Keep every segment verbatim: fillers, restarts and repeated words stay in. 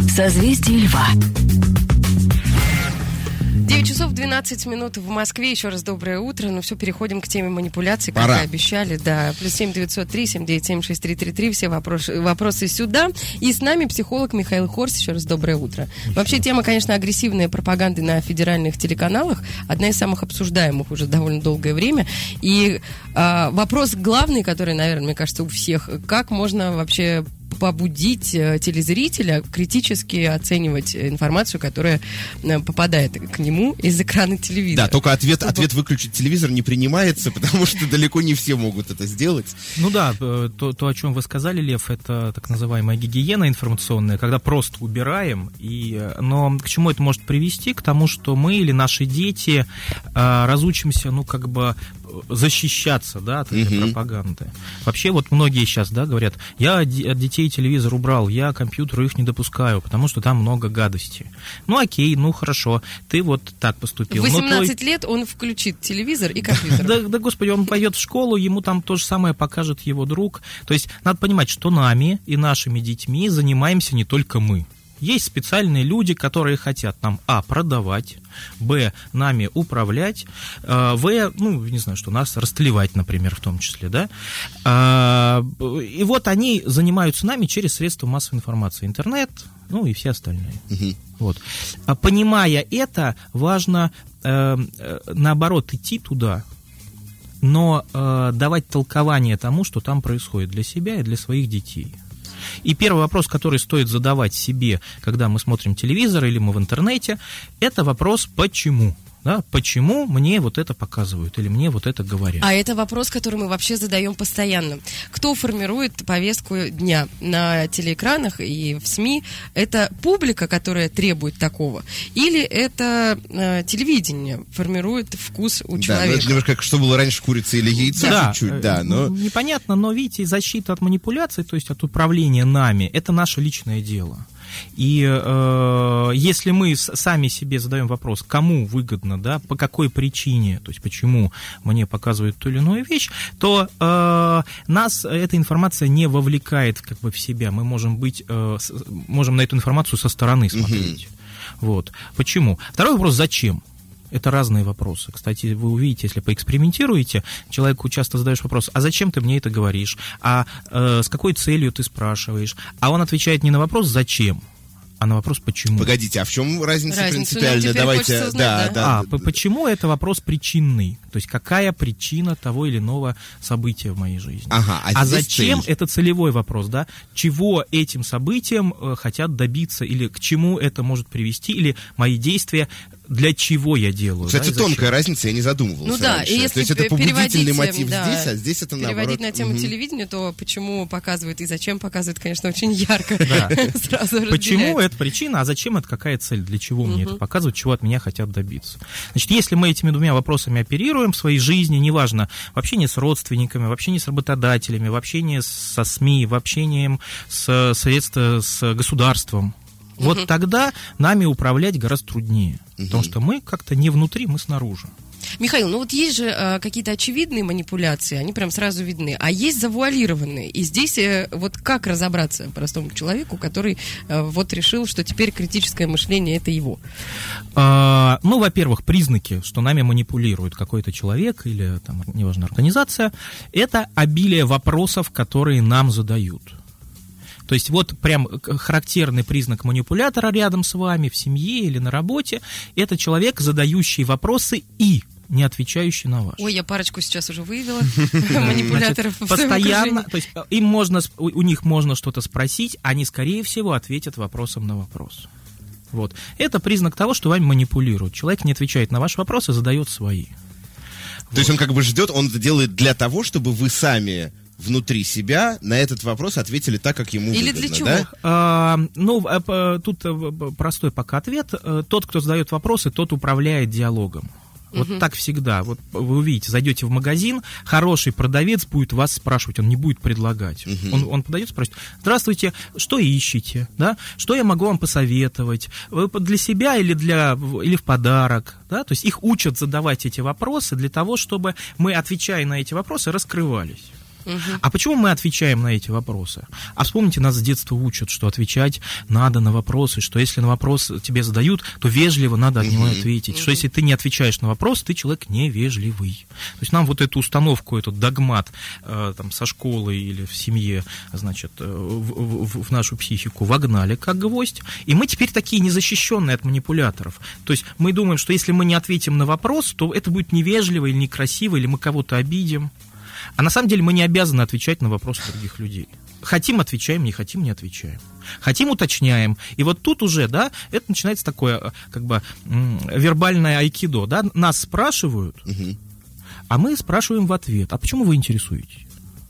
Созвездие Льва. девять часов двенадцать минут в Москве. Еще раз доброе утро. Ну все, переходим к теме манипуляций, как Пора. и обещали. Да, плюс семь девятьсот три семь девять семь шесть три три три. Все вопросы, вопросы сюда. И с нами психолог Михаил Хорс. Еще раз доброе утро. Вообще тема, конечно, агрессивной пропаганды на федеральных телеканалах. Одна из самых обсуждаемых уже довольно долгое время. И а, вопрос главный, который, наверное, мне кажется, у всех. Как можно вообще побудить телезрителя критически оценивать информацию, которая попадает к нему из экрана телевизора. Да, только ответ, ответ выключить телевизор не принимается, потому что далеко не все могут это сделать. Ну да, то, то, о чем вы сказали, Лев, это так называемая гигиена информационная, когда просто убираем. И, но к чему это может привести? К тому, что мы или наши дети а, разучимся, ну, как бы защищаться, да, от этой uh-huh. пропаганды. Вообще вот многие сейчас, да, говорят, я от детей телевизор убрал, я компьютеру их не допускаю, потому что там много гадости. Ну окей, ну хорошо, ты вот так поступил. В восемнадцать твой... лет он включит телевизор и компьютер. Да, да, господи, он пойдет в школу, ему там то же самое покажет его друг. То есть надо понимать, что нами и нашими детьми занимаемся не только мы. Есть специальные люди, которые хотят нам, а, продавать, б, нами управлять, в, ну, не знаю, что, нас растлевать, например, в том числе, да. И вот они занимаются нами через средства массовой информации, интернет, ну и все остальные. Угу. Вот. Понимая это, важно, наоборот, идти туда, но давать толкование тому, что там происходит для себя и для своих детей. И первый вопрос, который стоит задавать себе, когда мы смотрим телевизор или мы в интернете, это вопрос «почему?». Да, почему мне вот это показывают или мне вот это говорят? А это вопрос, который мы вообще задаем постоянно. Кто формирует повестку дня на телеэкранах и в СМИ? Это публика, которая требует такого? Или это э, телевидение формирует вкус у да, человека? Ну, это немножко как что было раньше, курица или яйцо, да, чуть-чуть, да. Но... Непонятно, но видите, защита от манипуляций, то есть от управления нами, это наше личное дело. И э, если мы сами себе задаем вопрос, кому выгодно, да, по какой причине, то есть почему мне показывают ту или иную вещь, то э, нас эта информация не вовлекает как бы в себя. Мы можем быть, э, можем на эту информацию со стороны смотреть. Угу. Вот. Почему? Второй вопрос, зачем? Это разные вопросы. Кстати, вы увидите, если поэкспериментируете, человеку часто задаешь вопрос, а зачем ты мне это говоришь? А э, с какой целью ты спрашиваешь? А он отвечает не на вопрос «зачем?», а на вопрос «почему?». Погодите, а в чем разница, разница принципиальная? Давайте, узнать, да, да. да. А, да. Почему это вопрос причинный? То есть какая причина того или иного события в моей жизни? Ага, а а зачем? цель? Это целевой вопрос, да? Чего этим событием э, хотят добиться, или к чему это может привести, или мои действия, для чего я делаю? Кстати, да, тонкая разница, я не задумывался Ну да, раньше. и если то есть это побудительный мотив да, здесь, а здесь это наоборот. Переводить на тему угу. телевидения, то почему показывают и зачем показывают, конечно, очень ярко. Сразу почему это причина, а зачем это, какая цель, для чего мне это показывают, чего от меня хотят добиться. Значит, если мы этими двумя вопросами оперируем в своей жизни, неважно, в общении с родственниками, в общении с работодателями, в общении со СМИ, в общении с, средств, с государством, uh-huh. вот тогда нами управлять гораздо труднее, uh-huh. потому что мы как-то не внутри, мы снаружи. Михаил, ну вот есть же э, какие-то очевидные манипуляции, они прям сразу видны, а есть завуалированные. И здесь э, вот как разобраться простому человеку, который э, вот решил, что теперь критическое мышление это его? А, ну, во-первых, признаки, что нами манипулирует какой-то человек или, там, неважно, организация, это обилие вопросов, которые нам задают. То есть вот прям характерный признак манипулятора рядом с вами, в семье или на работе, это человек, задающий вопросы и не отвечающий на ваши. Ой, я парочку сейчас уже выявила манипуляторов. Постоянно, то есть им можно, у них можно что-то спросить, они, скорее всего, ответят вопросом на вопрос. Вот. Это признак того, что вами манипулируют. Человек не отвечает на ваши вопросы, задает свои. То вот. есть он как бы ждет, он это делает для того, чтобы вы сами внутри себя на этот вопрос ответили так, как ему Или выгодно, для чего? Да? А, ну, тут простой пока ответ. Тот, кто задает вопросы, тот управляет диалогом. Вот uh-huh. так всегда. Вот вы увидите, зайдете в магазин, хороший продавец будет вас спрашивать, он не будет предлагать. Uh-huh. Он, он подойдет, спрашивает: здравствуйте, что ищете? Да? Что я могу вам посоветовать? Вы для себя или, для, или в подарок? Да? То есть их учат задавать эти вопросы для того, чтобы мы, отвечая на эти вопросы, раскрывались. Угу. А почему мы отвечаем на эти вопросы? А вспомните, нас с детства учат, что отвечать надо на вопросы, что если на вопрос тебе задают, то вежливо надо от него Угу. ответить, Угу. что если ты не отвечаешь на вопрос, ты человек невежливый. То есть нам вот эту установку, этот догмат э, там, со школы или в семье, значит, э, в, в, в нашу психику вогнали как гвоздь, и мы теперь такие незащищенные от манипуляторов. То есть мы думаем, что если мы не ответим на вопрос, то это будет невежливо или некрасиво, или мы кого-то обидим. А на самом деле мы не обязаны отвечать на вопросы других людей. Хотим — отвечаем, не хотим — не отвечаем. Хотим — уточняем. И вот тут уже, да, это начинается такое, как бы, вербальное айкидо, да, нас спрашивают, Угу. а мы спрашиваем в ответ: а почему вы интересуетесь?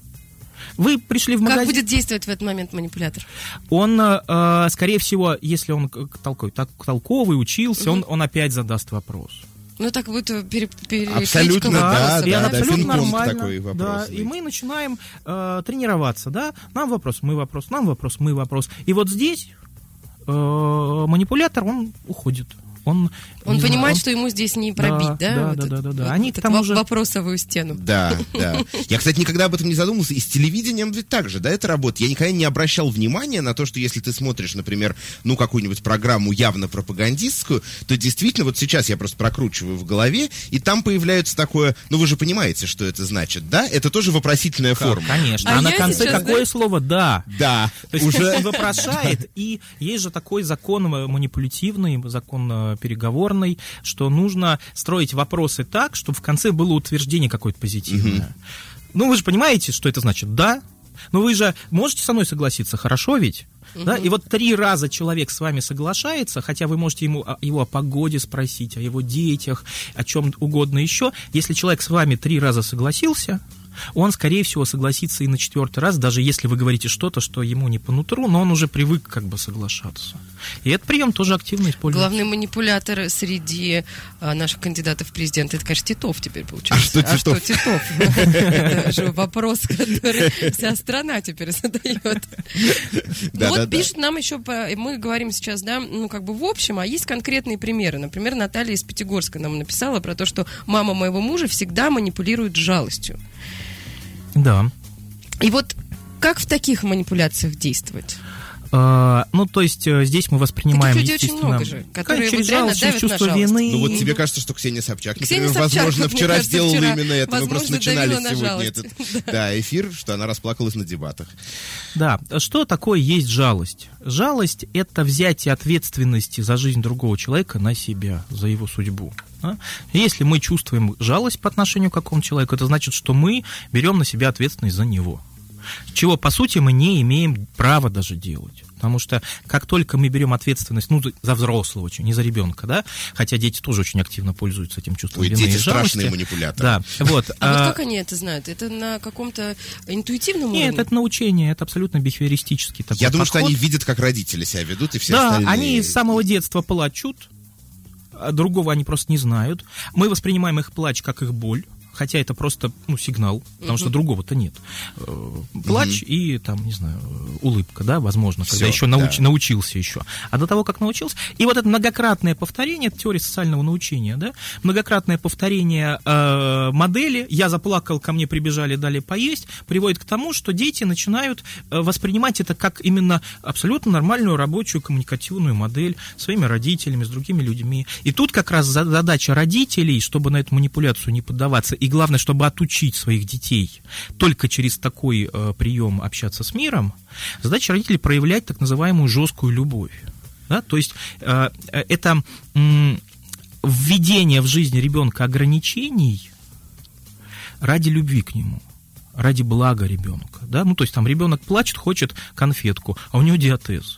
Вы пришли в магазин... Как будет действовать в этот момент манипулятор? Он, э, скорее всего, если он толковый, так, толковый учился, Угу. он, он опять задаст вопрос. Ну, так будет пере, пере, Абсолютно, перекличка да, вопроса, и да, это да, абсолютно пинг-понг нормально. такой вопрос. Да, и мы начинаем э, тренироваться, да. Нам вопрос, мы вопрос, нам вопрос, мы вопрос. И вот здесь э, манипулятор, он уходит. Он, Он не понимает, знаю, он- что ему здесь не пробить, да? Да, да, вот да, этот- да, да, да. вот Они этот к тому во- же- вопросовую стену. Да, да. Я, кстати, никогда об этом не задумывался. И с телевидением ведь так же, да, это работает. Я никогда не обращал внимания на то, что если ты смотришь, например, ну, какую-нибудь программу явно пропагандистскую, то действительно, вот сейчас я просто прокручиваю в голове, и там появляется такое, ну, вы же понимаете, что это значит, да? Это тоже вопросительная Как? форма. Конечно. А А, на я конце сейчас, какое знаешь- слово? Да. Да, То есть уже... он вопрошает, и есть же такой закон манипулятивный, закон э, переговорный, что нужно строить вопросы так, чтобы в конце было утверждение какое-то позитивное. Ну, вы же понимаете, что это значит «да». Но вы же можете со мной согласиться, хорошо ведь? Да? И вот три раза человек с вами соглашается, хотя вы можете ему, о- его о погоде спросить, о его детях, о чем угодно еще. Если человек с вами три раза согласился, он, скорее всего, согласится и на четвертый раз, даже если вы говорите что-то, что ему не по нутру, но он уже привык как бы соглашаться. И этот прием тоже активно используется. Главный манипулятор среди а, наших кандидатов в президенты, это, конечно, Титов теперь получается. А что Титов? Титов? Это же вопрос, который вся страна теперь задает. Ну Да, да, вот да. пишут нам еще, по- мы говорим сейчас, да, ну как бы в общем, а есть конкретные примеры. Например, Наталья из Пятигорска нам написала про то, что мама моего мужа всегда манипулирует жалостью. Да. И вот как в таких манипуляциях действовать? А, ну, то есть э, здесь мы воспринимаем, Таких людей очень естественно, много же, которые через вот реально жалость, через давят на чувство жалость. вины. Ну вот тебе кажется, что Ксения Собчак, Ксения например, Собчак, возможно, вот, мне вчера кажется, сделала вчера, именно это. Мы просто возможно, начинали давила на сегодня жалость. этот да, эфир, что она расплакалась на дебатах. Да, что такое есть жалость? Жалость – это взятие ответственности за жизнь другого человека на себя, за его судьбу. Да? Если мы чувствуем жалость по отношению к какому-то человеку, это значит, что мы берем на себя ответственность за него. Чего, по сути, мы не имеем права даже делать. Потому что как только мы берем ответственность, ну, за взрослого, очень, не за ребенка, да, хотя дети тоже очень активно пользуются этим чувством Ой, вины дети и жалости. страшные манипуляторы. Да, вот. А, вот а, как они это знают? Это на каком-то интуитивном Нет, уровне? это научение, это абсолютно бихевиористический такой Я думаю, что подход. они видят, как родители себя ведут, и все Да, остальные... они с самого детства плачут, а другого они просто не знают. Мы воспринимаем их плач как их боль. Хотя это просто, ну, сигнал, потому что другого-то нет. Э, Плач и, там, не знаю, улыбка, да, возможно, когда Всё, еще науч- да. научился еще. А до того, как научился... И вот это многократное повторение, это теория социального научения, да, многократное повторение э, модели «я заплакал, ко мне прибежали, дали поесть», приводит к тому, что дети начинают э, воспринимать это как именно абсолютно нормальную рабочую коммуникативную модель с своими родителями, с другими людьми. И тут как раз задача родителей, чтобы на эту манипуляцию не поддаваться, и главное, чтобы отучить своих детей только через такой э, прием общаться с миром, задача родителей проявлять так называемую жесткую любовь. Да? То есть э, это м, введение в жизнь ребенка ограничений ради любви к нему, ради блага ребенка. Да? Ну, то есть там ребенок плачет, хочет конфетку, а у него диатез.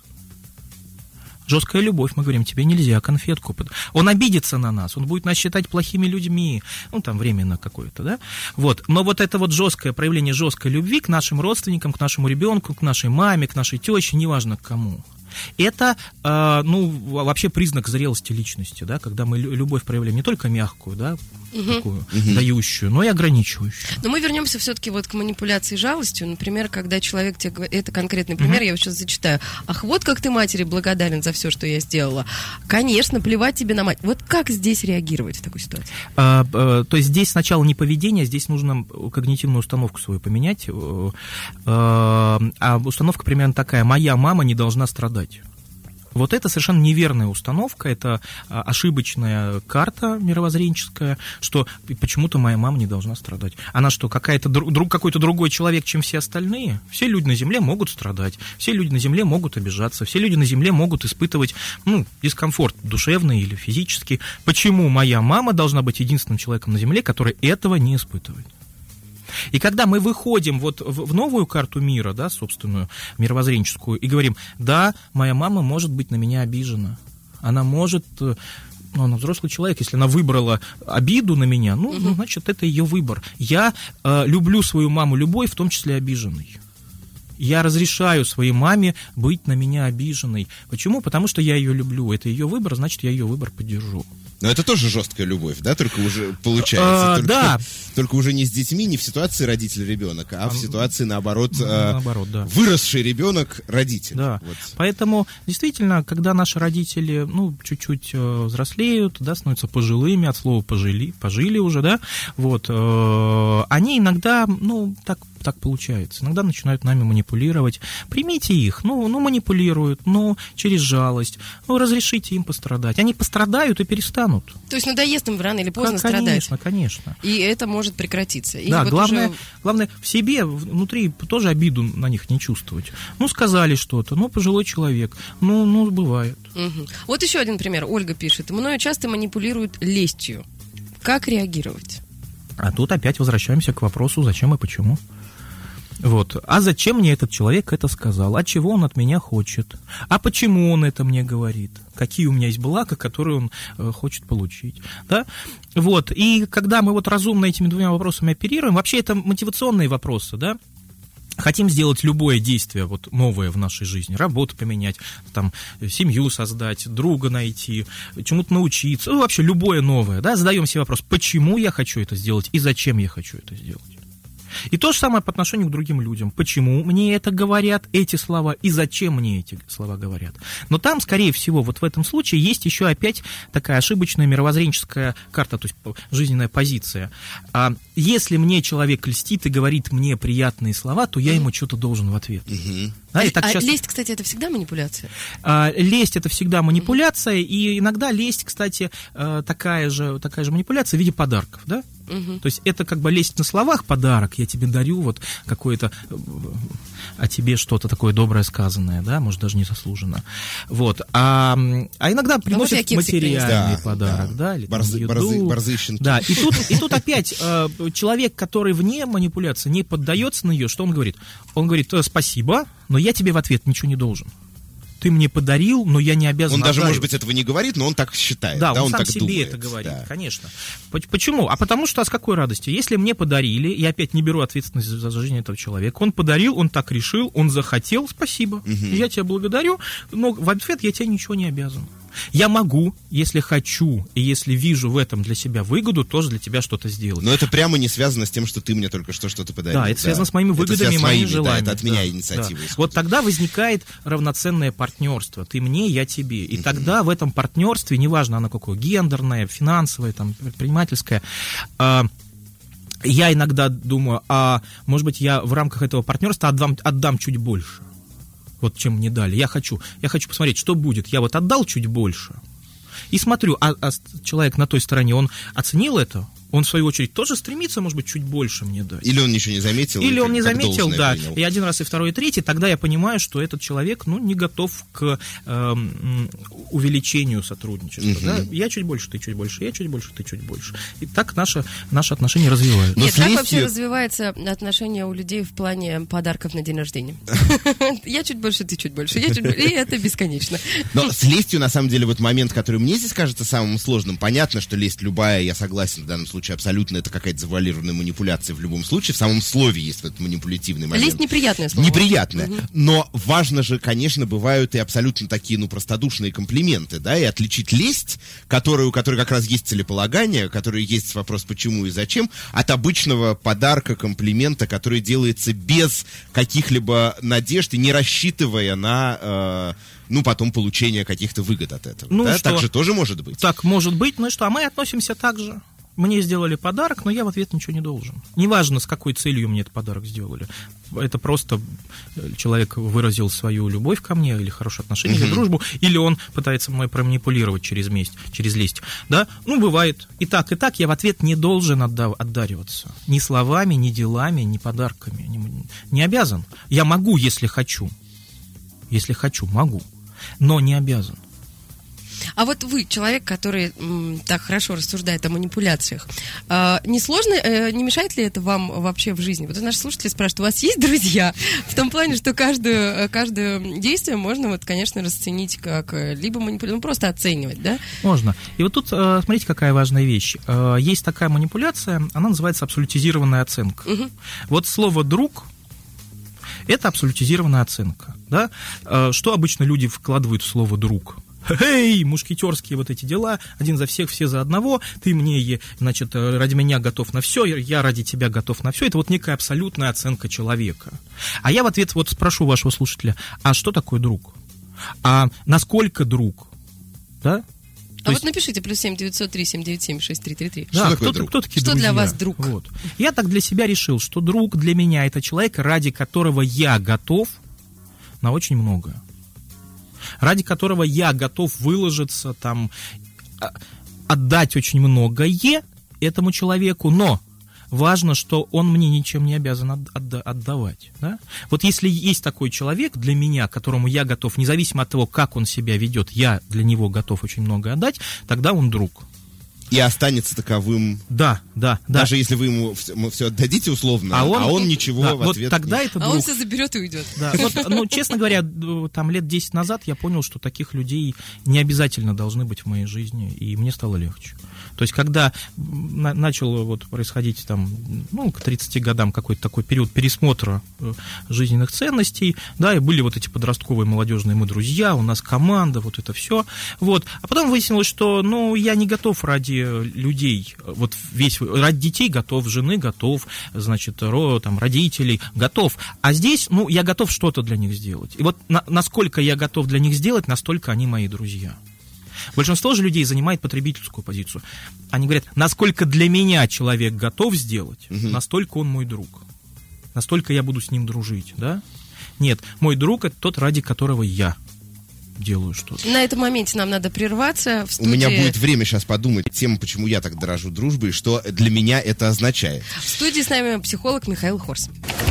Жесткая любовь, мы говорим, тебе нельзя конфетку. Он обидится на нас, он будет нас считать плохими людьми, ну, там, временно какое-то, да? Вот. Но вот это вот жесткое проявление жесткой любви к нашим родственникам, к нашему ребенку, к нашей маме, к нашей теще, неважно к кому, Это, э, ну, вообще признак зрелости личности, да, когда мы любовь проявляем не только мягкую, да, угу. такую, угу. дающую, но и ограничивающую. Но мы вернемся все-таки вот к манипуляции жалостью. Например, когда человек тебе говорит, это конкретный пример, угу. я его сейчас зачитаю. Ах, вот как ты матери благодарен за все, что я сделала. Конечно, плевать тебе на мать. Вот как здесь реагировать в такой ситуации? А, а, то есть здесь сначала не поведение, здесь нужно когнитивную установку свою поменять. А, а установка примерно такая: моя мама не должна страдать. Вот это совершенно неверная установка, это ошибочная карта мировоззренческая, что почему-то моя мама не должна страдать. Она что, какая-то, друг, какой-то другой человек, чем все остальные? Все люди на Земле могут страдать, все люди на Земле могут обижаться, все люди на Земле могут испытывать, ну, дискомфорт душевный или физический. Почему моя мама должна быть единственным человеком на Земле, который этого не испытывает? И когда мы выходим вот в новую карту мира, да, собственную, мировоззренческую, и говорим: да, моя мама может быть на меня обижена, она может, ну, она взрослый человек, если она выбрала обиду на меня, ну, угу. значит, это ее выбор. Я э, люблю свою маму любой, в том числе обиженной. Я разрешаю своей маме быть на меня обиженной. Почему? Потому что я ее люблю. Это ее выбор, значит, я ее выбор поддержу. Но это тоже жесткая любовь, да, только уже получается. А, только, да. Только уже не с детьми, не в ситуации родитель-ребенок, а в ситуации, наоборот, наоборот да. выросший ребенок-родитель. Да. Вот. Поэтому, действительно, когда наши родители, ну, чуть-чуть взрослеют, да, становятся пожилыми, от слова пожили, пожили уже, да, вот, они иногда, ну, так, так получается, иногда начинают нами манипулировать. Примите их, ну, ну, манипулируют, ну, через жалость, ну, разрешите им пострадать. Они пострадают и перестанут. То есть надоест им рано или поздно конечно, страдать. Конечно, конечно. И это может прекратиться. И да, вот главное, уже... главное в себе, внутри тоже обиду на них не чувствовать. Ну, сказали что-то, ну, пожилой человек, ну, ну бывает. Угу. Вот еще один пример. Ольга пишет: мною часто манипулируют лестью. Как реагировать? А тут опять возвращаемся к вопросу, зачем и почему. Вот. А зачем мне этот человек это сказал? А чего он от меня хочет? А почему он это мне говорит? Какие у меня есть блага, которые он э, хочет получить? Да? Вот. И когда мы вот разумно этими двумя вопросами оперируем, вообще это мотивационные вопросы, да? Хотим сделать любое действие вот, новое в нашей жизни, работу поменять, там, семью создать, друга найти, чему-то научиться, ну, вообще любое новое, да? Задаем себе вопрос: почему я хочу это сделать и зачем я хочу это сделать? И то же самое по отношению к другим людям. Почему мне это говорят, эти слова, и зачем мне эти слова говорят. Но там, скорее всего, вот в этом случае есть еще опять такая ошибочная мировоззренческая карта, то есть жизненная позиция. А если мне человек льстит и говорит мне приятные слова, то я ему что-то должен в ответ. Угу. Да, и так а часто... лесть, кстати, это всегда манипуляция? А, лесть — это всегда манипуляция, угу. И иногда лесть, кстати, такая же, такая же манипуляция в виде подарков, да? Угу. То есть это как бы лесть на словах, подарок, я тебе дарю вот какое-то, о тебе что-то такое доброе сказанное, да, может, даже незаслуженно. Вот. А, а иногда приносят а вот материальный да, подарок, да, да или борзы, еду. Борзы, борзы щенки. Да, и тут, и тут опять э, человек, который вне манипуляции, не поддается на нее, что он говорит? Он говорит: спасибо, но я тебе в ответ ничего не должен. Ты мне подарил, но я не обязан. Он даже, отдать. может быть, этого не говорит, но он так считает. Да, да он, он сам так себе думает, это говорит, да. Конечно. Почему? А потому что, а с какой радостью? Если мне подарили, я опять не беру ответственность за жизнь этого человека, он подарил, он так решил, он захотел, спасибо. Угу. Я тебя благодарю, но в ответ я тебе ничего не обязан. Я могу, если хочу, и если вижу в этом для себя выгоду, тоже для тебя что-то сделать. Но это прямо не связано с тем, что ты мне только что что-то подарил. Да, это да. связано с моими выгодами и моими желаниями. Да, это от меня да, инициатива. Да. Вот тогда возникает равноценное партнерство. Ты мне, я тебе. И uh-huh. тогда в этом партнерстве, неважно оно какое, гендерное, финансовое, там, предпринимательское, э, я иногда думаю, а может быть я в рамках этого партнерства отдам, отдам чуть больше. Вот чем мне дали. Я хочу, я хочу посмотреть, что будет. Я вот отдал чуть больше. И смотрю, а, а человек на той стороне, он оценил это? Он, в свою очередь, тоже стремится, может быть, чуть больше мне дать. Или он ничего не заметил. Или он не заметил, да. Принял. И один раз, и второй, и третий. Тогда я понимаю, что этот человек, ну, не готов к э, увеличению сотрудничества. Uh-huh. Да? Я чуть больше, ты чуть больше, я чуть больше, ты чуть больше. И так наши, наши отношения развиваются. Нет, как вообще развивается отношение у людей в плане подарков на день рождения? Я чуть больше, ты чуть больше, я чуть больше. И это бесконечно. Но с лестью, на самом деле, вот момент, который мне здесь кажется самым сложным. Понятно, что лесть любая, я согласен в данном случае, случае абсолютно это какая-то завуалированная манипуляция в любом случае. В самом слове есть этот манипулятивный момент. Лесть неприятное слово. Неприятное. Угу. Но важно же, конечно, бывают и абсолютно такие, ну, простодушные комплименты, да, и отличить лесть, которую, у которой как раз есть целеполагание, у которой есть вопрос почему и зачем, от обычного подарка, комплимента, который делается без каких-либо надежд и не рассчитывая на, э, ну, потом получение каких-то выгод от этого. Ну, да? что? Так же тоже может быть. Так может быть, ну и что, а мы относимся так же. Мне сделали подарок, но я в ответ ничего не должен. Неважно, с какой целью мне этот подарок сделали. Это просто человек выразил свою любовь ко мне, или хорошее отношение, mm-hmm. или дружбу, или он пытается мной проманипулировать через месть, через лесть. Да? Ну, бывает. И так, и так я в ответ не должен отдав- отдариваться. Ни словами, ни делами, ни подарками. Не, не обязан. Я могу, если хочу. Если хочу, могу. Но не обязан. А вот вы, человек, который м, так хорошо рассуждает о манипуляциях, э, не сложно, э, не мешает ли это вам вообще в жизни? Вот наши слушатели спрашивают, у вас есть друзья? В том плане, что каждое, каждое действие можно, вот, конечно, расценить как либо манипуляцию, ну, просто оценивать, да? Можно. И вот тут, э, смотрите, какая важная вещь. Э, есть такая манипуляция, она называется абсолютизированная оценка. Угу. Вот слово «друг» — это абсолютизированная оценка. Да? Э, что обычно люди вкладывают в слово «друг»? Эй, мушкетерские вот эти дела, один за всех, все за одного, ты мне, значит, ради меня готов на все, я ради тебя готов на все. Это вот некая абсолютная оценка человека. А я в ответ вот спрошу вашего слушателя, а что такое друг? А насколько друг? Да? А То вот есть... напишите плюс семь девятьсот три семь девять семь шесть три три три. Да, что, кто, кто такие что друзья? Для вас друг? Вот. Я так для себя решил, что друг для меня это человек, ради которого я готов на очень многое. Ради которого я готов выложиться, там, отдать очень многое этому человеку, но важно, что он мне ничем не обязан отда- отдавать. Да? Вот если есть такой человек для меня, которому я готов, независимо от того, как он себя ведет, я для него готов очень многое отдать, тогда он друг. И останется таковым. Да, да, да. Даже если вы ему все, все отдадите условно, а он, а он ничего да, в вот ответ тогда не... это А друг. он все заберет и уйдет. Да. Вот, ну, честно говоря, там лет десять назад я понял, что таких людей не обязательно должны быть в моей жизни, и мне стало легче. То есть, когда на- начал вот происходить там, ну, к тридцати годам какой-то такой период пересмотра жизненных ценностей, да, и были вот эти подростковые молодежные мы друзья, у нас команда, вот это все, вот. А потом выяснилось, что, ну, я не готов ради людей, вот весь, ради детей готов, жены готов, значит, ро, там, родителей готов, а здесь, ну, я готов что-то для них сделать. И вот на, насколько я готов для них сделать, настолько они мои друзья. Большинство же людей занимает потребительскую позицию. Они говорят, насколько для меня человек готов сделать, угу. настолько он мой друг. Настолько я буду с ним дружить, да? Нет, мой друг — это тот, ради которого я делаю что-то. На этом моменте нам надо прерваться. В студии... У меня будет время сейчас подумать тему, почему я так дорожу дружбой, и что для меня это означает. В студии с нами психолог Михаил Хорс.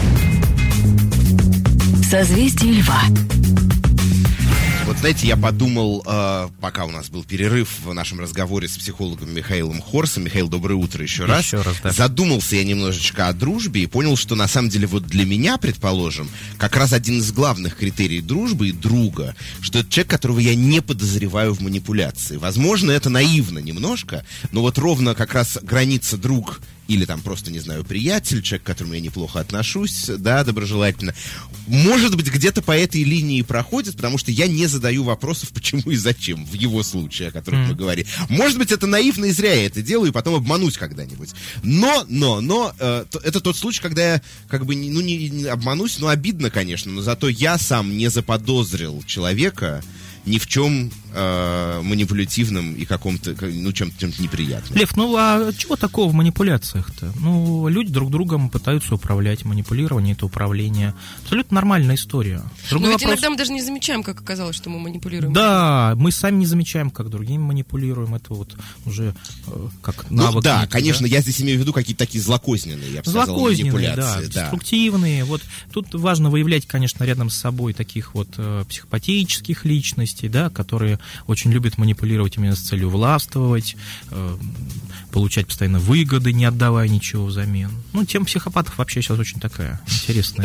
Созвездие Льва. Вот знаете, я подумал, э, пока у нас был перерыв в нашем разговоре с психологом Михаилом Хорсом. Михаил, доброе утро еще раз. Еще раз, да. Задумался я немножечко о дружбе и понял, что на самом деле вот для меня, предположим, как раз один из главных критерий дружбы и друга, что это человек, которого я не подозреваю в манипуляции. Возможно, это наивно немножко, но вот ровно как раз граница друг или там просто, не знаю, приятель, человек, к которому я неплохо отношусь, да, доброжелательно, может быть, где-то по этой линии проходит, потому что я не задаю вопросов, почему и зачем, в его случае, о котором mm. мы говорим. Может быть, это наивно и зря я это делаю, и потом обманусь когда-нибудь. Но, но, но, э, это тот случай, когда я, как бы, ну, не, не обманусь, но обидно, конечно, но зато я сам не заподозрил человека ни в чем э, манипулятивном и каком-то, ну, чем-то, чем-то неприятным. Лев, ну а чего такого в манипуляциях-то? Ну, люди друг другом пытаются управлять, манипулирование — это управление. Абсолютно нормальная история. Другой Но ведь вопрос... иногда мы даже не замечаем, как оказалось, что мы манипулируем. Да, мы сами не замечаем, как другими манипулируем. Это вот уже э, как навык. Ну, да, некий, конечно, да? я здесь имею в виду какие-то такие злокозненные, я бы сказал, злокозненные, да, манипуляции. Да, деструктивные. Вот тут важно выявлять, конечно, рядом с собой таких вот э, психопатических личностей, да, которые очень любят манипулировать именно с целью властвовать, э, получать постоянно выгоды, не отдавая ничего взамен. Ну, тема психопатов вообще сейчас очень такая интересная.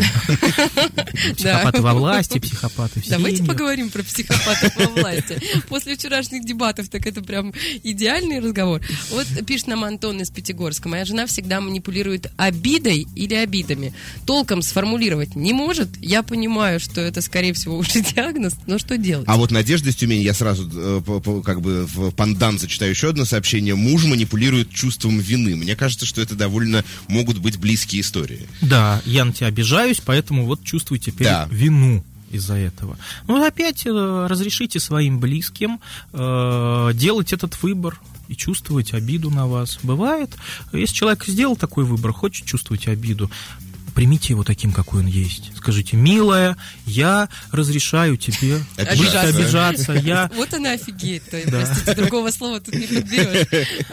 Психопаты во власти, психопаты в семьях. Давайте поговорим про психопатов во власти. После вчерашних дебатов, так это прям идеальный разговор. Вот пишет нам Антон из Пятигорска. Моя жена всегда манипулирует обидой или обидами. Толком сформулировать не может. Я понимаю, что это, скорее всего, уже диагноз, но что делать? А вот Надежда из Тюмени, я сразу э, по, по, как бы в пандан зачитаю еще одно сообщение. Муж манипулирует чувством вины. Мне кажется, что это довольно могут быть близкие истории. Да, я на тебя обижаюсь, поэтому вот чувствую теперь да. вину из-за этого. Ну, опять э, разрешите своим близким э, делать этот выбор и чувствовать обиду на вас. Бывает, если человек сделал такой выбор, хочет чувствовать обиду, примите его таким, какой он есть. Скажите: милая, я разрешаю тебе обижаться. обижаться. Я... Вот она офигеет. Простите, другого слова тут не подберешь.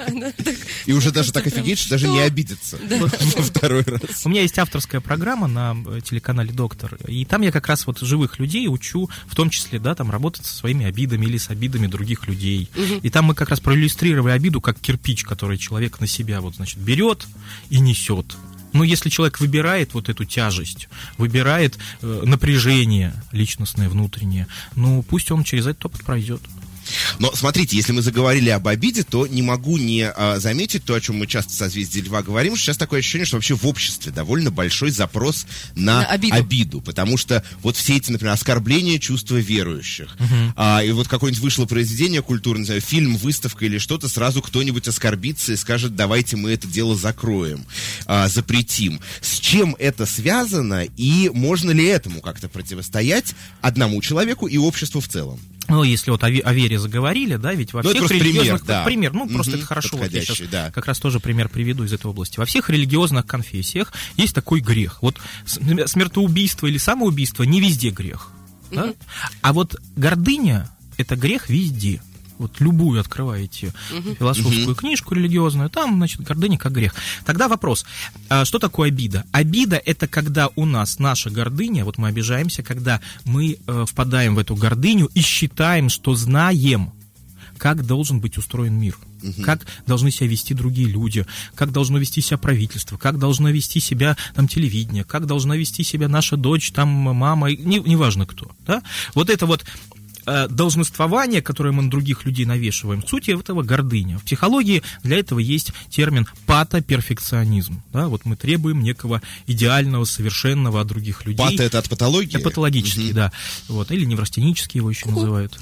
И уже даже так офигеть, что даже не обидится во второй раз. У меня есть авторская программа на телеканале «Доктор», и там я как раз вот живых людей учу, в том числе, да, там работать со своими обидами или с обидами других людей. И там мы как раз проиллюстрировали обиду как кирпич, который человек на себя вот, значит, берет и несет. Но если человек выбирает вот эту тяжесть, выбирает э, напряжение личностное, внутреннее, ну пусть он через этот опыт пройдет. Но смотрите, если мы заговорили об обиде, то не могу не а, заметить то, о чем мы часто в созвездии Льва говорим, что сейчас такое ощущение, что вообще в обществе довольно большой запрос на, на обиду. обиду, потому что вот все эти, например, оскорбления чувства верующих, uh-huh. а, и вот какое-нибудь вышло произведение культурное, не знаю, фильм, выставка или что-то, сразу кто-нибудь оскорбится и скажет: давайте мы это дело закроем, а, запретим. С чем это связано и можно ли этому как-то противостоять одному человеку и обществу в целом? Ну, если вот о, о вере заговорили, да, ведь во ну, всех религиозных... Пример, да. пример, ну, угу, просто это хорошо. Вот я сейчас да. как раз тоже пример приведу из этой области. Во всех религиозных конфессиях есть такой грех. Вот смертоубийство или самоубийство не везде грех. Угу. Да? А вот гордыня — это грех везде. Вот любую открываете uh-huh. философскую uh-huh. книжку религиозную, там, значит, гордыня как грех. Тогда вопрос, а что такое обида? Обида — это когда у нас наша гордыня, вот мы обижаемся, когда мы э, впадаем в эту гордыню и считаем, что знаем, как должен быть устроен мир. Uh-huh. Как должны себя вести другие люди, как должно вести себя правительство, как должно вести себя там телевидение, как должна вести себя наша дочь, там мама, не, неважно кто. Да? Вот это вот долженствование, которое мы на других людей навешиваем, суть этого гордыня. В психологии для этого есть термин патоперфекционизм. Да, вот мы требуем некого идеального, совершенного от других людей. Пато — это от патологии? Патологический, угу. да. Вот. Или неврастенический его еще называют.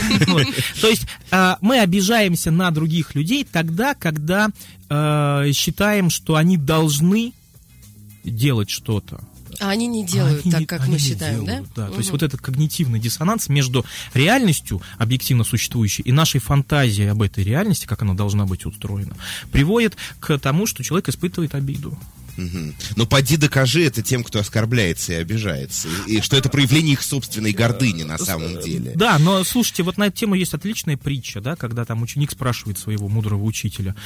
То есть мы обижаемся на других людей тогда, когда считаем, что они должны делать что-то. А они не делают они так, не, как мы считаем, делают, да? Да, угу. То есть вот этот когнитивный диссонанс между реальностью, объективно существующей, и нашей фантазией об этой реальности, как она должна быть устроена, приводит к тому, что человек испытывает обиду. Угу. Но поди докажи это тем, кто оскорбляется и обижается, и, и что это проявление их собственной гордыни на самом деле. Да, но слушайте, вот на эту тему есть отличная притча, да, когда там ученик спрашивает своего мудрого учителя: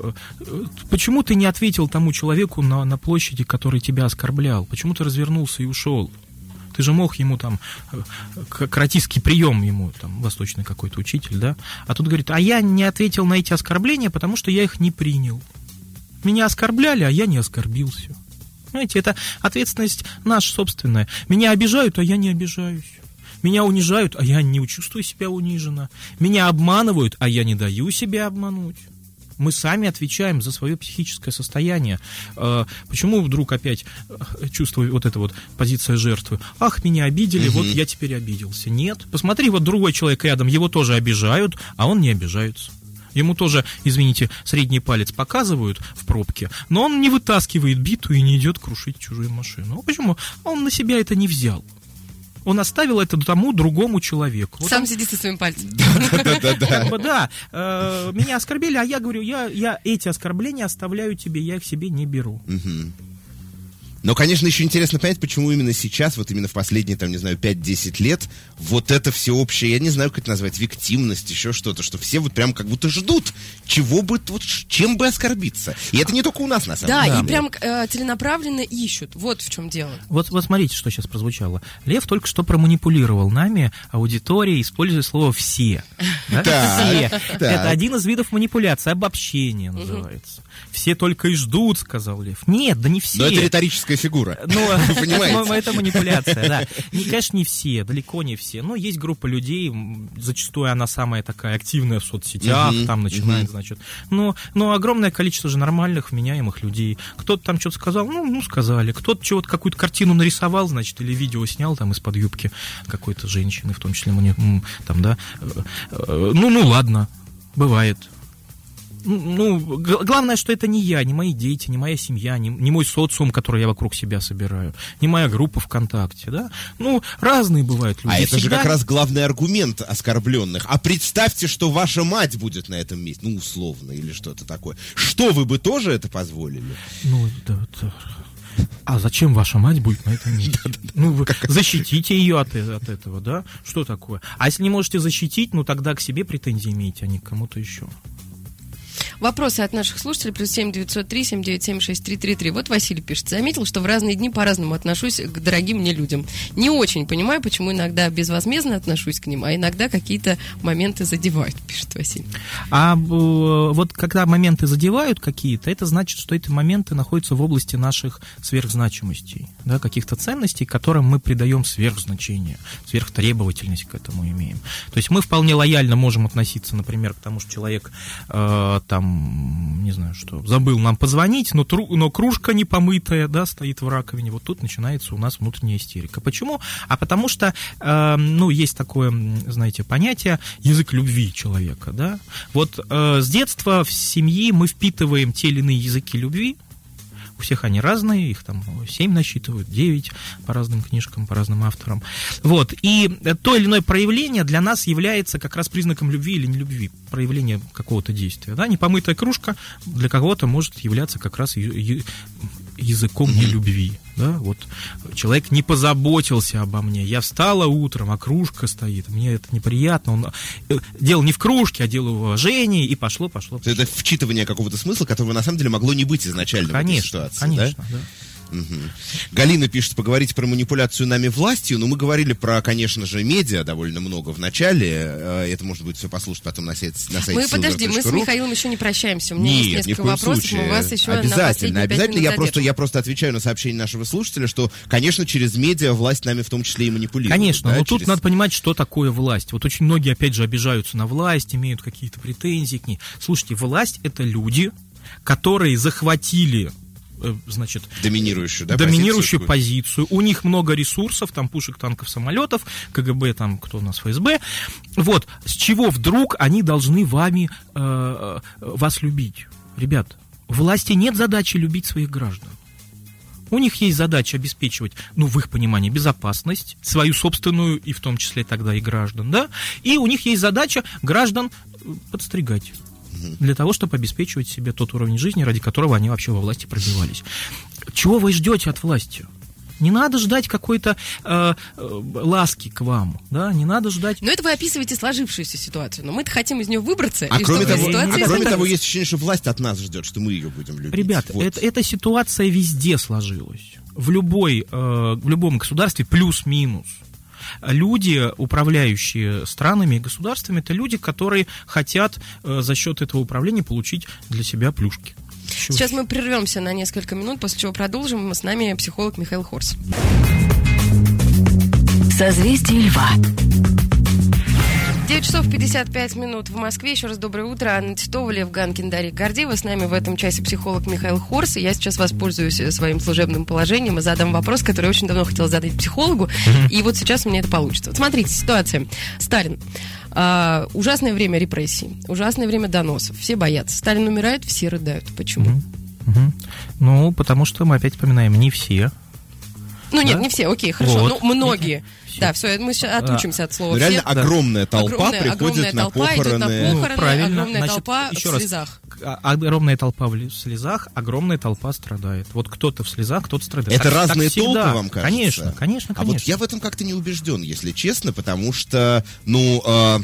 почему ты не ответил тому человеку на, на площади, который тебя оскорблял? Почему ты развернулся и ушел? Ты же мог ему там каратистский прием ему, там, восточный какой-то учитель, да? А тут говорит: а я не ответил на эти оскорбления, потому что я их не принял. Меня оскорбляли, а я не оскорбился. Знаете, это ответственность наша собственная. Меня обижают, а я не обижаюсь. Меня унижают, а я не чувствую себя униженно. Меня обманывают, а я не даю себя обмануть. Мы сами отвечаем за свое психическое состояние. Почему вдруг опять чувствую вот эта вот позиция жертвы? Ах, меня обидели, угу. вот я теперь обиделся. Нет, посмотри, вот другой человек рядом, его тоже обижают, а он не обижается. Ему тоже, извините, средний палец показывают в пробке, но он не вытаскивает биту и не идет крушить чужую машину. Почему? Он на себя это не взял. Он оставил это тому другому человеку. Вот Сам он... сидит со своим пальцем. Да-да-да. Да, э, меня оскорбили, а я говорю, я, я эти оскорбления оставляю тебе, я их себе не беру. Но, конечно, еще интересно понять, почему именно сейчас, вот именно в последние, там, не знаю, пять-десять лет, вот это всеобщее, я не знаю, как это назвать, виктимность, еще что-то, что все вот прям как будто ждут, чего бы, вот, чем бы оскорбиться. И это не только у нас, на самом да, деле. Да, и прям э, целенаправленно ищут. Вот в чем дело. Вот, вот смотрите, что сейчас прозвучало. Лев только что проманипулировал нами, аудиторией, используя слово «все». Да? Все. Это один из видов манипуляции, обобщение называется. Все только и ждут, сказал Лев. Нет, да не все. Но это риторическая фигура. Ну, вы понимаете? Это манипуляция, да. Не, конечно, не все, далеко не все. Но есть группа людей, зачастую она самая такая активная в соцсетях, uh-huh, там начинает, uh-huh. значит. Но, но огромное количество же нормальных, вменяемых людей. Кто-то там что-то сказал, ну, ну, сказали. Кто-то чего-то, какую-то картину нарисовал, значит, или видео снял там из-под юбки какой-то женщины, в том числе, там, да. Ну, ну, ладно, бывает. Ну, главное, что это не я, не мои дети, не моя семья, не, не мой социум, который я вокруг себя собираю, не моя группа ВКонтакте, да? Ну, разные бывают люди. А это всегда... же как раз главный аргумент оскорбленных. А представьте, что ваша мать будет на этом месте, ну, условно, или что-то такое. Что, вы бы тоже это позволили? Ну, да, да. А зачем ваша мать будет на этом месте? Ну, вы защитите ее от, от этого, да? Что такое? А если не можете защитить, ну, тогда к себе претензии имеете, а не к кому-то еще. Вопросы от наших слушателей. Плюс семь девятьсот три семь девять семь шесть три три три. Вот Василий пишет. Заметил, что в разные дни по-разному отношусь к дорогим мне людям. Не очень понимаю, почему иногда безвозмездно отношусь к ним, а иногда какие-то моменты задевают, пишет Василий. А вот когда моменты задевают какие-то, это значит, что эти моменты находятся в области наших сверхзначимостей, да, каких-то ценностей, которым мы придаем сверхзначение, сверхтребовательность к этому имеем. То есть мы вполне лояльно можем относиться, например, к тому, что человек э, там, не знаю что, забыл нам позвонить, но, тру, но кружка не помытая, да, стоит в раковине. Вот тут начинается у нас внутренняя истерика. Почему? А потому что, э, ну, есть такое, знаете, понятие язык любви человека, да. Вот э, с детства в семье мы впитываем те или иные языки любви. У всех они разные, их там семь насчитывают, девять по разным книжкам, по разным авторам. Вот. И то или иное проявление для нас является как раз признаком любви или нелюбви, проявление какого-то действия. Да? Непомытая кружка для кого-то может являться как раз языком нелюбви. Да? Вот. Человек не позаботился обо мне. Я встала утром, а кружка стоит. Мне это неприятно. Он... Дело не в кружке, а дело в уважении. И пошло, пошло, пошло. Это вчитывание какого-то смысла, которого на самом деле могло не быть изначально конечно, в этой ситуации. Конечно, да? да. Угу. Галина пишет, поговорить про манипуляцию нами властью. Ну, мы говорили про, конечно же, медиа довольно много в начале. Это можно будет все послушать потом на сайте, на сайте Мы, подожди, мы с Михаилом еще не прощаемся. У меня Нет, есть несколько вопросов, мы вас еще обязательно, на обязательно. Я просто, я просто отвечаю на сообщение нашего слушателя, что, конечно, через медиа власть нами в том числе и манипулирует. Конечно, да, но через... тут надо понимать, что такое власть. Вот очень многие, опять же, обижаются на власть, имеют какие-то претензии к ней. Слушайте, власть — это люди, которые захватили, значит, доминирующую, да, доминирующую позицию. позицию. У них много ресурсов, там пушек, танков, самолетов, КГБ, там кто у нас, ФСБ. Вот, с чего вдруг они должны вами, э, вас любить? Ребят, у власти нет задачи любить своих граждан. У них есть задача обеспечивать, ну, в их понимании, безопасность, свою собственную, и в том числе тогда и граждан, да, и у них есть задача граждан подстригать. Для того, чтобы обеспечивать себе тот уровень жизни, ради которого они вообще во власти пробивались. Чего вы ждете от власти? Не надо ждать какой-то э, э, ласки к вам, да, не надо ждать... Но это вы описываете сложившуюся ситуацию, но мы-то хотим из нее выбраться. А и кроме того, а кроме того, есть ощущение, что власть от нас ждет, что мы ее будем любить. Ребята, вот. это, эта ситуация везде сложилась. В, любой, э, в любом государстве плюс-минус. Люди, управляющие странами и государствами, это люди, которые хотят э, за счет этого управления получить для себя плюшки. Сейчас мы прервемся на несколько минут, после чего продолжим. С нами психолог Михаил Хорс. Созвездие Льва. девять часов пятьдесят пять минут в Москве. Еще раз доброе утро. Анна Титова, Лев Ганкин, Дарья Гордеева. С нами в этом часе психолог Михаил Хорс. И я сейчас воспользуюсь своим служебным положением и задам вопрос, который очень давно хотела задать психологу. Mm-hmm. И вот сейчас у меня это получится. Вот смотрите, ситуация. Сталин. А, ужасное время репрессий. Ужасное время доносов. Все боятся. Сталин умирает, все рыдают. Почему? Mm-hmm. Mm-hmm. Ну, потому что мы опять вспоминаем, не все. Ну, да? нет, не все, окей, хорошо. Вот. Ну, многие. Все. Да, все, мы сейчас отучимся от слова. Ну, реально все. огромная толпа огромная, приходит огромная на толпа похороны. идет на похороны, Ну, правильно. огромная Значит, толпа еще в раз, слезах. огромная толпа в слезах, огромная толпа страдает. Вот кто-то в слезах, кто-то страдает. Это так, разные так толпы, вам кажется? Конечно, конечно, конечно. А вот я в этом как-то не убежден, если честно, потому что, ну... Э...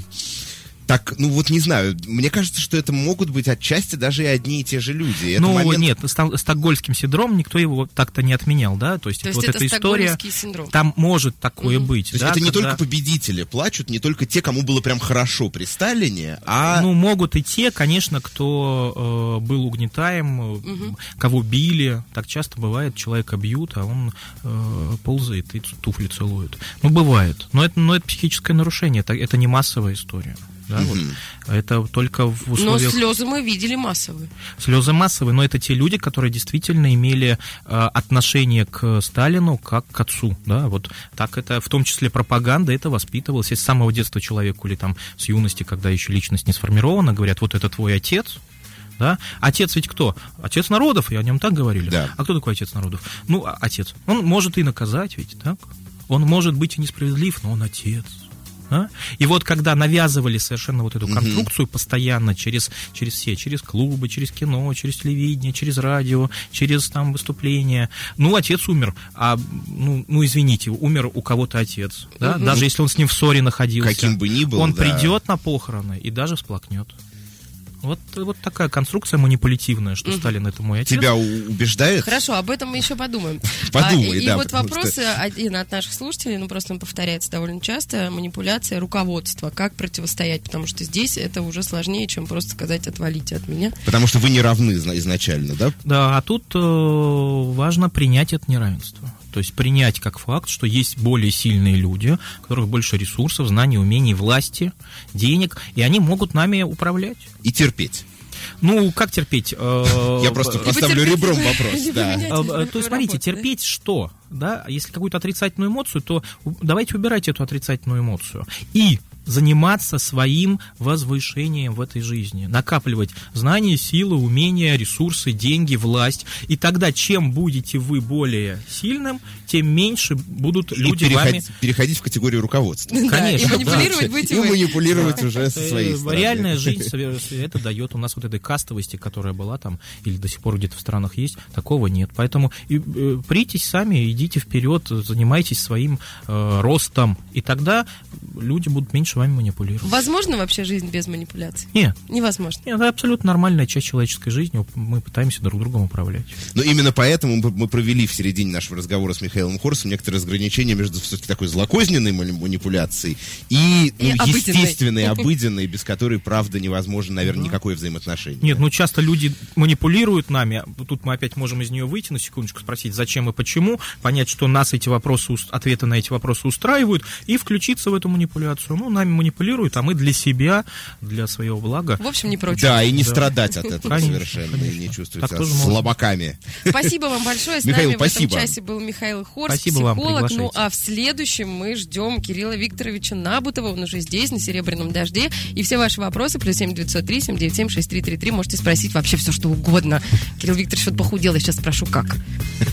Так, ну вот не знаю, мне кажется, что это могут быть отчасти даже и одни и те же люди. Это ну момент... нет, стокгольмский синдром никто его так-то не отменял, да, то есть, то есть вот это эта история, синдром. Там может такое угу. быть. То есть да, это не когда... только победители плачут, не только те, кому было прям хорошо при Сталине, а... Ну, могут и те, конечно, кто э, был угнетаем, угу. кого били, так часто бывает, человека бьют, а он э, ползает и туфли целует. Ну, бывает, но это, но это психическое нарушение, это, это не массовая история. Да, mm-hmm. вот. Это только в условиях... Но слезы мы видели массовые. Слезы массовые, но это те люди, которые действительно имели э, отношение к Сталину как к отцу. Да? Вот так это, в том числе пропаганда, это воспитывалось. Если с самого детства человеку или там с юности, когда еще личность не сформирована, говорят, вот это твой отец. Да? Отец ведь кто? Отец народов, и о нем так говорили. Да. А кто такой отец народов? Ну, отец. Он может и наказать ведь, так? Он может быть и несправедлив, но он отец. А? И вот когда навязывали совершенно вот эту конструкцию mm-hmm. постоянно через, через все, через клубы, через кино, через телевидение, через радио, через там выступления, ну, отец умер, а, ну, ну извините, умер у кого-то отец, да? mm-hmm. даже если он с ним в ссоре находился, каким бы ни был, он да. придет на похороны и даже всплакнет. Вот, вот такая конструкция манипулятивная, что Сталин это мой отец. Тебя убеждает? Хорошо, об этом мы еще подумаем. Подумай, а, и, да. И вот вопрос что... один от наших слушателей, ну просто он повторяется довольно часто, манипуляция руководства, как противостоять, потому что здесь это уже сложнее, чем просто сказать «отвалите от меня». Потому что вы не равны изначально, да? Да, а тут э, важно принять это неравенство. То есть принять как факт, что есть более сильные люди, у которых больше ресурсов, знаний, умений, власти, денег, и они могут нами управлять. И терпеть. Ну, как терпеть? Я просто поставлю ребром вопрос. То есть, смотрите, терпеть что? Да? Если какую-то отрицательную эмоцию, то давайте убирайте эту отрицательную эмоцию. И заниматься своим возвышением в этой жизни, накапливать знания, силы, умения, ресурсы, деньги, власть. И тогда, чем будете вы более сильным, тем меньше будут люди и вами... переходить в категорию руководства. Конечно, да, и манипулировать да. будете И вы. манипулировать да. уже со своей стороны. Реальная жизнь это дает. У нас вот этой кастовости, которая была там, или до сих пор где-то в странах есть, такого нет. Поэтому и, э, притесь сами, идите вперед, занимайтесь своим э, ростом, и тогда люди будут меньше вами манипулировать. Возможно вообще жизнь без манипуляций? Нет. Невозможно. Нет, это абсолютно нормальная часть человеческой жизни. Мы пытаемся друг другом управлять. Но именно поэтому мы провели в середине нашего разговора с Михаилом Хорсом некоторые разграничения между все-таки такой злокозненной манипуляцией и, ну, и естественной, обыденной, без которой, правда, невозможно, наверное, да. никакое взаимоотношение. Нет, ну часто люди манипулируют нами. Тут мы опять можем из нее выйти на секундочку, спросить, зачем и почему, понять, что нас эти вопросы, ответы на эти вопросы устраивают, и включиться в эту манипуляцию. Ну, нами манипулируют, а мы для себя, для своего блага. В общем, не против. Да, и не да. страдать от этого конечно, совершенно, конечно. и не чувствовать себя тоже слабаками. Спасибо вам большое. С Михаил, нами спасибо. в этом часе был Михаил Хорс, спасибо вам, психолог. приглашайте. Ну, а в следующем мы ждем Кирилла Викторовича Набутова. Он уже здесь, на Серебряном дожде. И все ваши вопросы, плюс семь девятьсот три семь девять семь шесть три три три, можете спросить вообще все, что угодно. Кирилл Викторович вот похудел, я сейчас спрошу, как.